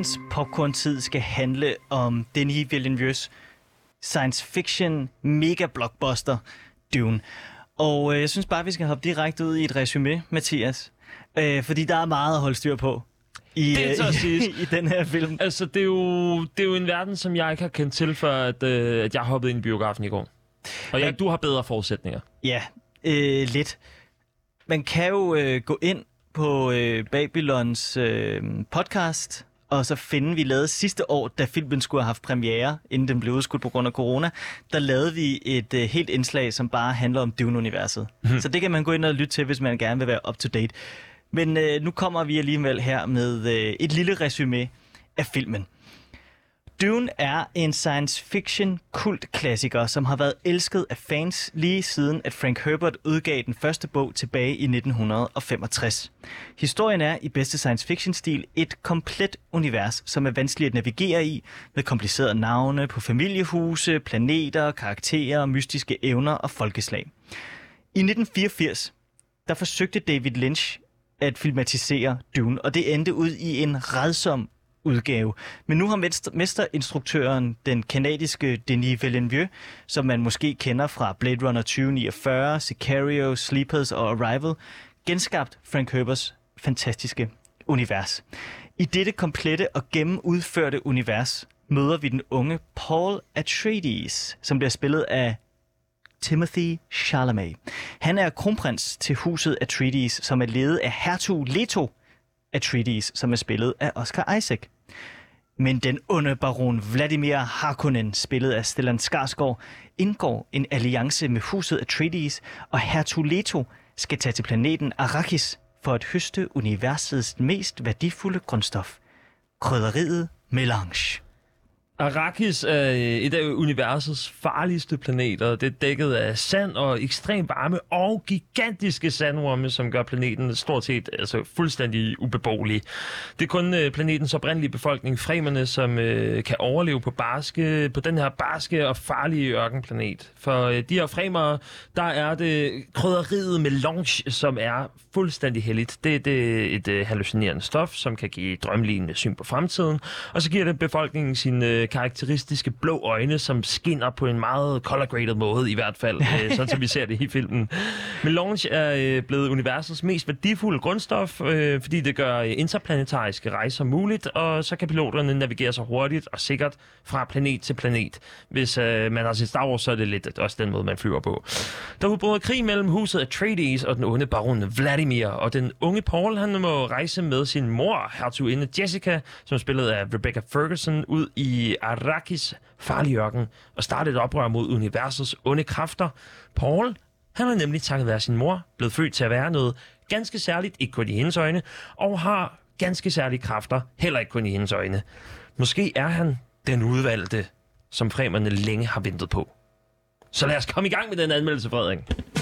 Dagens popcorn-tid skal handle om Denis Villeneuve's science fiction mega blockbuster Dune. Og jeg synes bare, vi skal hoppe direkte ud i et resumé, Mathias. Fordi der er meget at holde styr på i den her film. Altså, det er jo en verden, som jeg ikke har kendt til, før at jeg hoppede ind i biografen i går. Og du har bedre forudsætninger. Ja, lidt. Man kan jo gå ind på Babylons podcast, og så finde, vi lavede sidste år, da filmen skulle have haft premiere, inden den blev udskudt på grund af corona, der lavede vi et helt indslag, som bare handler om Dune-universet. Så det kan man gå ind og lytte til, hvis man gerne vil være up to date. Men nu kommer vi alligevel her med et lille resumé af filmen. Dune er en science fiction kultklassiker, som har været elsket af fans lige siden, at Frank Herbert udgav den første bog tilbage i 1965. Historien er i bedste science fiction-stil et komplet univers, som er vanskeligt at navigere i, med komplicerede navne på familiehuse, planeter, karakterer, mystiske evner og folkeslag. I 1984, der forsøgte David Lynch at filmatisere Dune, og det endte ud i en rædsom udgave. Men nu har mesterinstruktøren, den kanadiske Denis Villeneuve, som man måske kender fra Blade Runner 2049, Sicario, Sleepers og Arrival, genskabt Frank Herberts fantastiske univers. I dette komplette og gennemudførte univers møder vi den unge Paul Atreides, som bliver spillet af Timothée Chalamet. Han er kronprins til huset Atreides, som er ledet af hertug Leto Atreides, som er spillet af Oscar Isaac. Men den onde baron Vladimir Harkonnen, spillet af Stellan Skarsgård, indgår en alliance med huset Atreides, og hertug Leto skal tage til planeten Arrakis for at høste universets mest værdifulde grundstof, krydderiet melange. Arrakis er et af universets farligste planeter. Det er dækket af sand og ekstrem varme og gigantiske sandworme, som gør planeten stort set fuldstændig ubeboelig. Det er kun planetens oprindelige befolkning, fremerne, som kan overleve på den her barske og farlige ørkenplanet. For de her fremere, der er det krydderiet melange, som er fuldstændig helligt. Det er et hallucinerende stof, som kan give drømmelignende syn på fremtiden, og så giver det befolkningen sin karakteristiske blå øjne, som skinner på en meget color-graded måde, i hvert fald, sådan som vi ser det i filmen. Melange er blevet universets mest værdifulde grundstof, fordi det gør interplanetariske rejser muligt, og så kan piloterne navigere så hurtigt og sikkert fra planet til planet. Hvis man har set Star Wars, så er det lidt også den måde, man flyver på. Der udbryder krig mellem huset Atreides og den onde baron Vladimir, og den unge Paul, han må rejse med sin mor, hertuginde Jessica, som spillet af Rebecca Ferguson, ud i Arrakis farlige ørken og starte et oprør mod universets onde kræfter. Paul, han har nemlig takket være sin mor, blevet født til at være noget ganske særligt, ikke kun i hendes øjne, og har ganske særlige kræfter, heller ikke kun i hendes øjne. Måske er han den udvalgte, som fremerne længe har ventet på. Så lad os komme i gang med den anmeldelse, Frederik.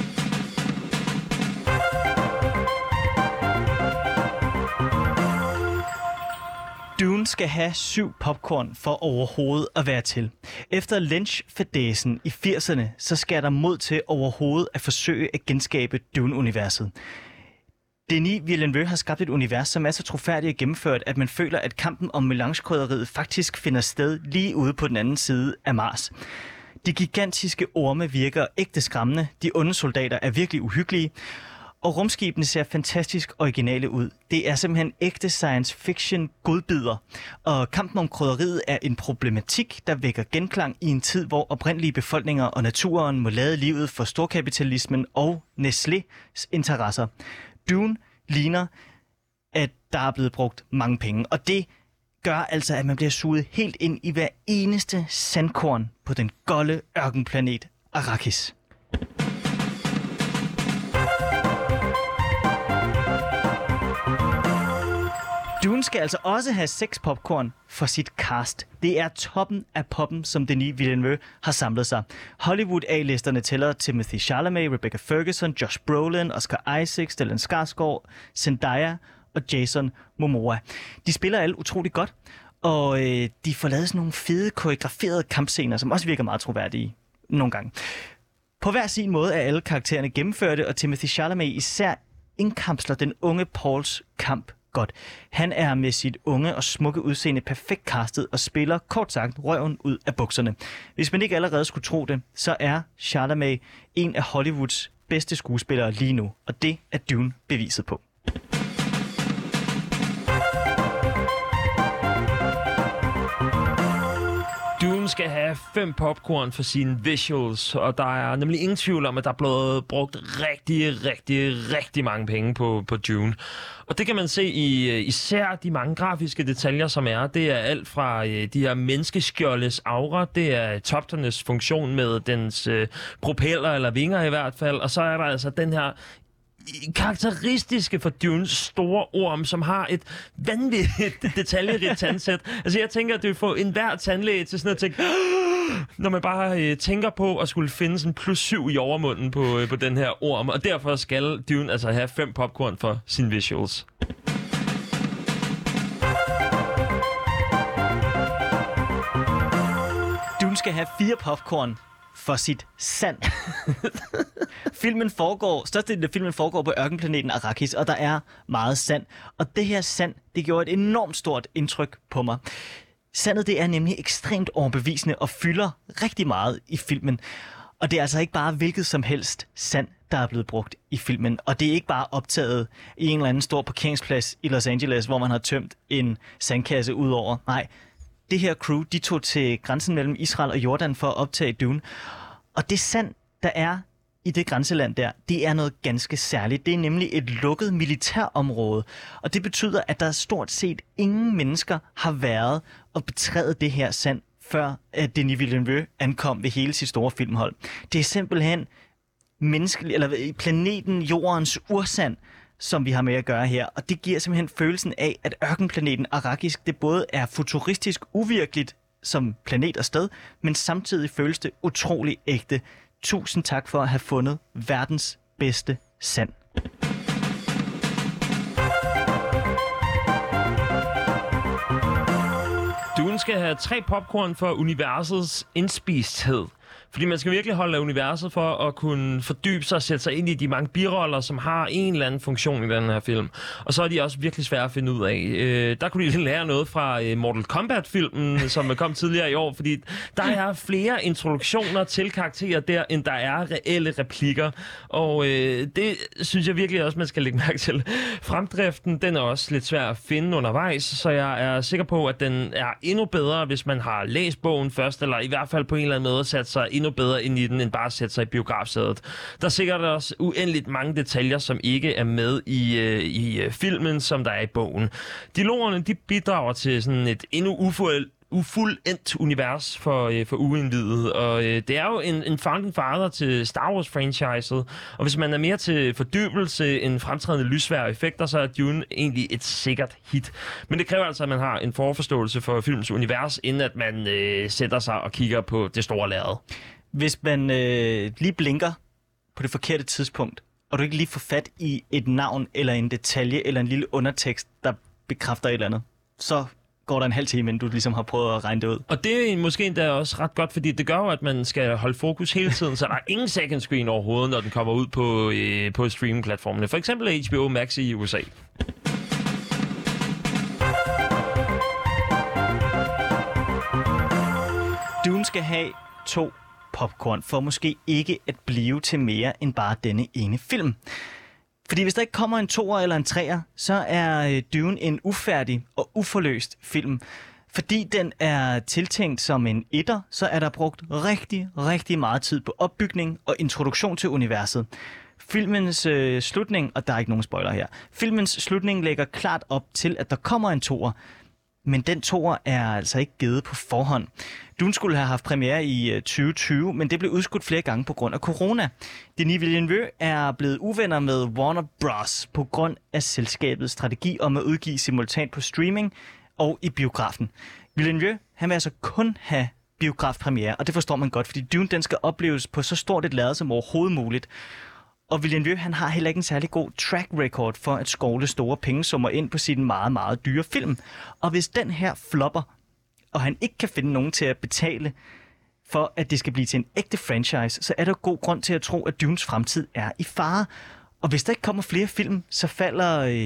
Dune skal have 7 popcorn for overhovedet at være til. Efter Lynch-fadæsen i 80'erne, så skal der mod til overhovedet at forsøge at genskabe Dune-universet. Denis Villeneuve har skabt et univers, som er så troværdigt og gennemført, at man føler, at kampen om melangekrydderiet faktisk finder sted lige ude på den anden side af Mars. De gigantiske orme virker ægte skræmmende, de onde soldater er virkelig uhyggelige, og rumskibene ser fantastisk originale ud. Det er simpelthen ægte science fiction godbidder. Og kampen om krydderiet er en problematik, der vækker genklang i en tid, hvor oprindelige befolkninger og naturen må lade livet for storkapitalismen og Nestlés interesser. Dune ligner, at der er blevet brugt mange penge, og det gør altså, at man bliver suget helt ind i hver eneste sandkorn på den golde ørkenplanet Arrakis. Dune skal altså også have 6 popcorn for sit cast. Det er toppen af poppen, som Denis Villeneuve har samlet sig. Hollywood A-listerne tæller Timothée Chalamet, Rebecca Ferguson, Josh Brolin, Oscar Isaac, Stellan Skarsgård, Zendaya og Jason Momoa. De spiller alle utroligt godt, og de får lavet sådan nogle fede, koreograferede kampscener, som også virker meget troværdige nogle gange. På hver sin måde er alle karaktererne gennemførte, og Timothée Chalamet især indkapsler den unge Pauls kamp godt. Han er med sit unge og smukke udseende perfekt castet og spiller kort sagt røven ud af bukserne. Hvis man ikke allerede skulle tro det, så er Chalamet en af Hollywoods bedste skuespillere lige nu, og det er Dune beviset på. Dune skal have 5 popcorn for sine visuals, og der er nemlig ingen tvivl om, at der er blevet brugt rigtig mange penge på Dune. Og det kan man se i især de mange grafiske detaljer, som er. Det er alt fra de her menneskeskjoldes aura, det er topternes funktion med dens propeller eller vinger i hvert fald, og så er der altså den her karakteristiske for Dunes store orm, som har et vanvittigt detaljerigt tandsæt. Altså jeg tænker, at det vil få enhver tandlæge til sådan at tænke, når man bare tænker på at skulle finde sådan +7 i overmunden på den her orm, og derfor skal Dune altså have 5 popcorn for sine visuals. Dune skal have 4 popcorn for sit sand. Størstedelen af filmen foregår på ørkenplaneten Arrakis, og der er meget sand. Og det her sand, det gjorde et enormt stort indtryk på mig. Sandet, det er nemlig ekstremt overbevisende og fylder rigtig meget i filmen. Og det er altså ikke bare hvilket som helst sand, der er blevet brugt i filmen. Og det er ikke bare optaget i en eller anden stor parkeringsplads i Los Angeles, hvor man har tømt en sandkasse ud over. Nej, det her crew, de tog til grænsen mellem Israel og Jordan for at optage Dune. Og det sand, der er i det grænseland der, det er noget ganske særligt. Det er nemlig et lukket militærområde. Og det betyder, at der stort set ingen mennesker har været og betrædet det her sand, før at Denis Villeneuve ankom ved hele sit store filmhold. Det er simpelthen planeten Jordens ursand, som vi har med at gøre her. Og det giver simpelthen følelsen af, at ørkenplaneten Arrakis, det både er futuristisk uvirkeligt som planet og sted, men samtidig føles det utrolig ægte. Tusind tak for at have fundet verdens bedste sand. Dune skal have 3 popcorn for universets indspisthed. Fordi man skal virkelig holde af universet for at kunne fordybe sig og sætte sig ind i de mange biroller, som har en eller anden funktion i den her film. Og så er de også virkelig svære at finde ud af. Der kunne de lære noget fra Mortal Kombat-filmen, som kom tidligere i år, fordi der er flere introduktioner til karakterer der, end der er reelle replikker. Og det synes jeg virkelig også, man skal lægge mærke til. Fremdriften, den er også lidt svær at finde undervejs, så jeg er sikker på, at den er endnu bedre, hvis man har læst bogen først, eller i hvert fald på en eller anden måde sat sig endnu bedre ind i den, end bare at sætte sig i biografsædet. Der er sikkert også uendeligt mange detaljer, som ikke er med i filmen, som der er i bogen. Dialogerne, de bidrager til sådan et endnu ufuldendt univers for uindvidet, og det er jo en founding father til Star Wars-franchiset, og hvis man er mere til fordybelse end fremtrædende lysvær og effekter, så er Dune egentlig et sikkert hit. Men det kræver altså, at man har en forforståelse for filmens univers, inden at man sætter sig og kigger på det store lærred. Hvis man lige blinker på det forkerte tidspunkt, og du ikke lige får fat i et navn, eller en detalje, eller en lille undertekst, der bekræfter et eller andet, så går der en halv time, inden du ligesom har prøvet at regne det ud. Og det er måske endda også ret godt, fordi det gør jo, at man skal holde fokus hele tiden, så der er ingen second screen overhovedet, når den kommer ud på streaming-platformene. For eksempel HBO Max i USA. Dune skal have 2 popcorn, for måske ikke at blive til mere end bare denne ene film. Fordi hvis der ikke kommer en 2'er eller en 3'er, så er Dune en ufærdig og uforløst film. Fordi den er tiltænkt som en etter, så er der brugt rigtig meget tid på opbygning og introduktion til universet. Filmens slutning, og der er ikke nogen spoiler her, filmens slutning lægger klart op til, at der kommer en 2'er. Men den 2'er er altså ikke givet på forhånd. Dune skulle have haft premiere i 2020, men det blev udskudt flere gange på grund af corona. Denis Villeneuve er blevet uvenner med Warner Bros. På grund af selskabets strategi om at udgive simultant på streaming og i biografen. Villeneuve, han vil altså kun have biografpremiere, og det forstår man godt, fordi Dune, den skal opleves på så stort et lærred som overhovedet muligt. Og Villeneuve, han har heller ikke en særlig god track record for at skovle store pengesummer ind på sin meget dyre film. Og hvis den her flopper, og han ikke kan finde nogen til at betale for, at det skal blive til en ægte franchise, så er der god grund til at tro, at Dunes fremtid er i fare. Og hvis der ikke kommer flere film, så falder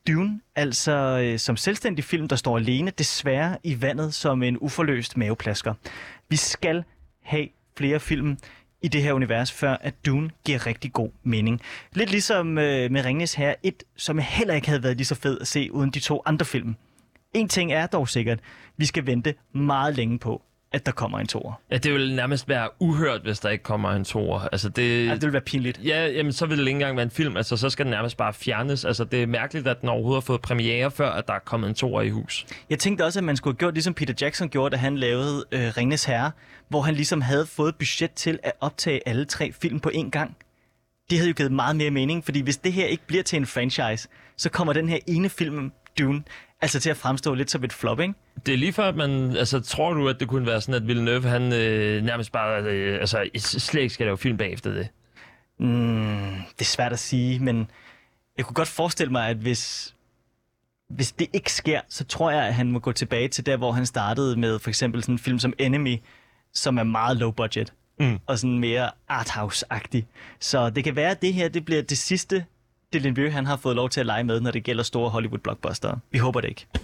Dune, altså som selvstændig film, der står alene, desværre i vandet som en uforløst maveplasker. Vi skal have flere film i det her univers, før at Dune giver rigtig god mening. Lidt ligesom med Ringenes Herre 1, som heller ikke havde været lige så fed at se uden de 2 andre film. En ting er dog sikkert, vi skal vente meget længe på, at der kommer en 2'er. Ja, det vil nærmest være uhørt, hvis der ikke kommer en 2'er. Altså det vil være pinligt. Ja, jamen, så vil det ikke engang være en film. Altså, så skal den nærmest bare fjernes. Altså, det er mærkeligt, at den overhovedet har fået premiere, før at der er kommet en 2'er i hus. Jeg tænkte også, at man skulle have gjort, ligesom Peter Jackson gjorde, da han lavede Ringenes Herre, hvor han ligesom havde fået budget til at optage alle 3 film på én gang. Det havde jo givet meget mere mening, fordi hvis det her ikke bliver til en franchise, så kommer den her ene film, Dune, altså til at fremstå lidt som et flop, ikke? Det er lige før, at man... Altså, tror du, at det kunne være sådan, at Villeneuve, han nærmest bare... slet ikke skal lave film bagefter det? Det er svært at sige, men jeg kunne godt forestille mig, at hvis det ikke sker, så tror jeg, at han må gå tilbage til der, hvor han startede med for eksempel sådan en film som Enemy, som er meget low budget, og sådan mere arthouse-agtig. Så det kan være, at det her det bliver det sidste, Villeneuve han har fået lov til at lege med, når det gælder store Hollywood-blockbustere. Vi håber det ikke.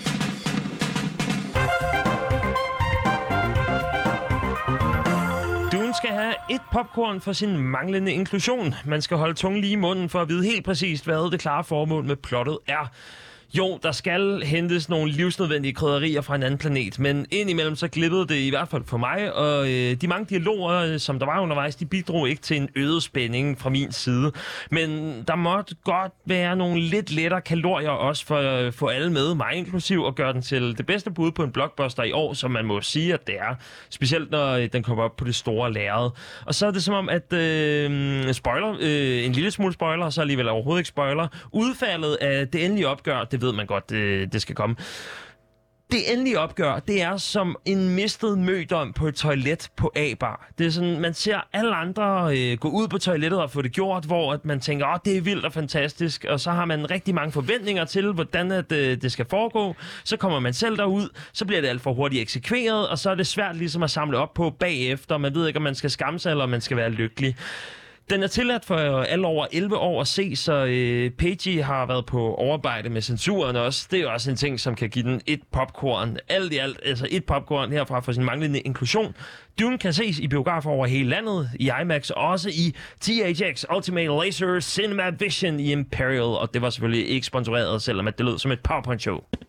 Dune skal have et popcorn for sin manglende inklusion. Man skal holde tungen lige i munden for at vide helt præcist, hvad det klare formål med plottet er. Jo, der skal hentes nogle livsnødvendige krydderier fra en anden planet, men indimellem så glippede det i hvert fald for mig, og de mange dialoger, som der var undervejs, de bidrog ikke til en øget spænding fra min side. Men der måtte godt være nogle lidt lettere kalorier også for at få alle med, mig inklusiv, og gøre den til det bedste bud på en blockbuster i år, som man må sige, at det er. Specielt når den kommer op på det store lærred. Og så er det som om, at en lille smule spoiler, så alligevel overhovedet ikke spoiler, udfaldet af det endelige opgør, det ved man godt, det skal komme. Det endelige opgør, det er som en mistet mødom på et toilet på A-bar. Det er sådan, man ser alle andre gå ud på toilettet og få det gjort, hvor at man tænker, det er vildt og fantastisk, og så har man rigtig mange forventninger til, hvordan det skal foregå. Så kommer man selv derud, så bliver det alt for hurtigt eksekveret, og så er det svært ligesom at samle op på bagefter. Man ved ikke, om man skal skamme sig, eller om man skal være lykkelig. Den er tilladt for alle over 11 år at se, så Pagey har været på overarbejde med censuren også. Det er jo også en ting, som kan give den et popcorn. Alt i alt, altså et popcorn herfra for sin manglende inklusion. Dune kan ses i biografer over hele landet, i IMAX og også i THX Ultimate Laser Cinema Vision i Imperial. Og det var selvfølgelig ikke sponsoreret, selvom det lød som et PowerPoint-show.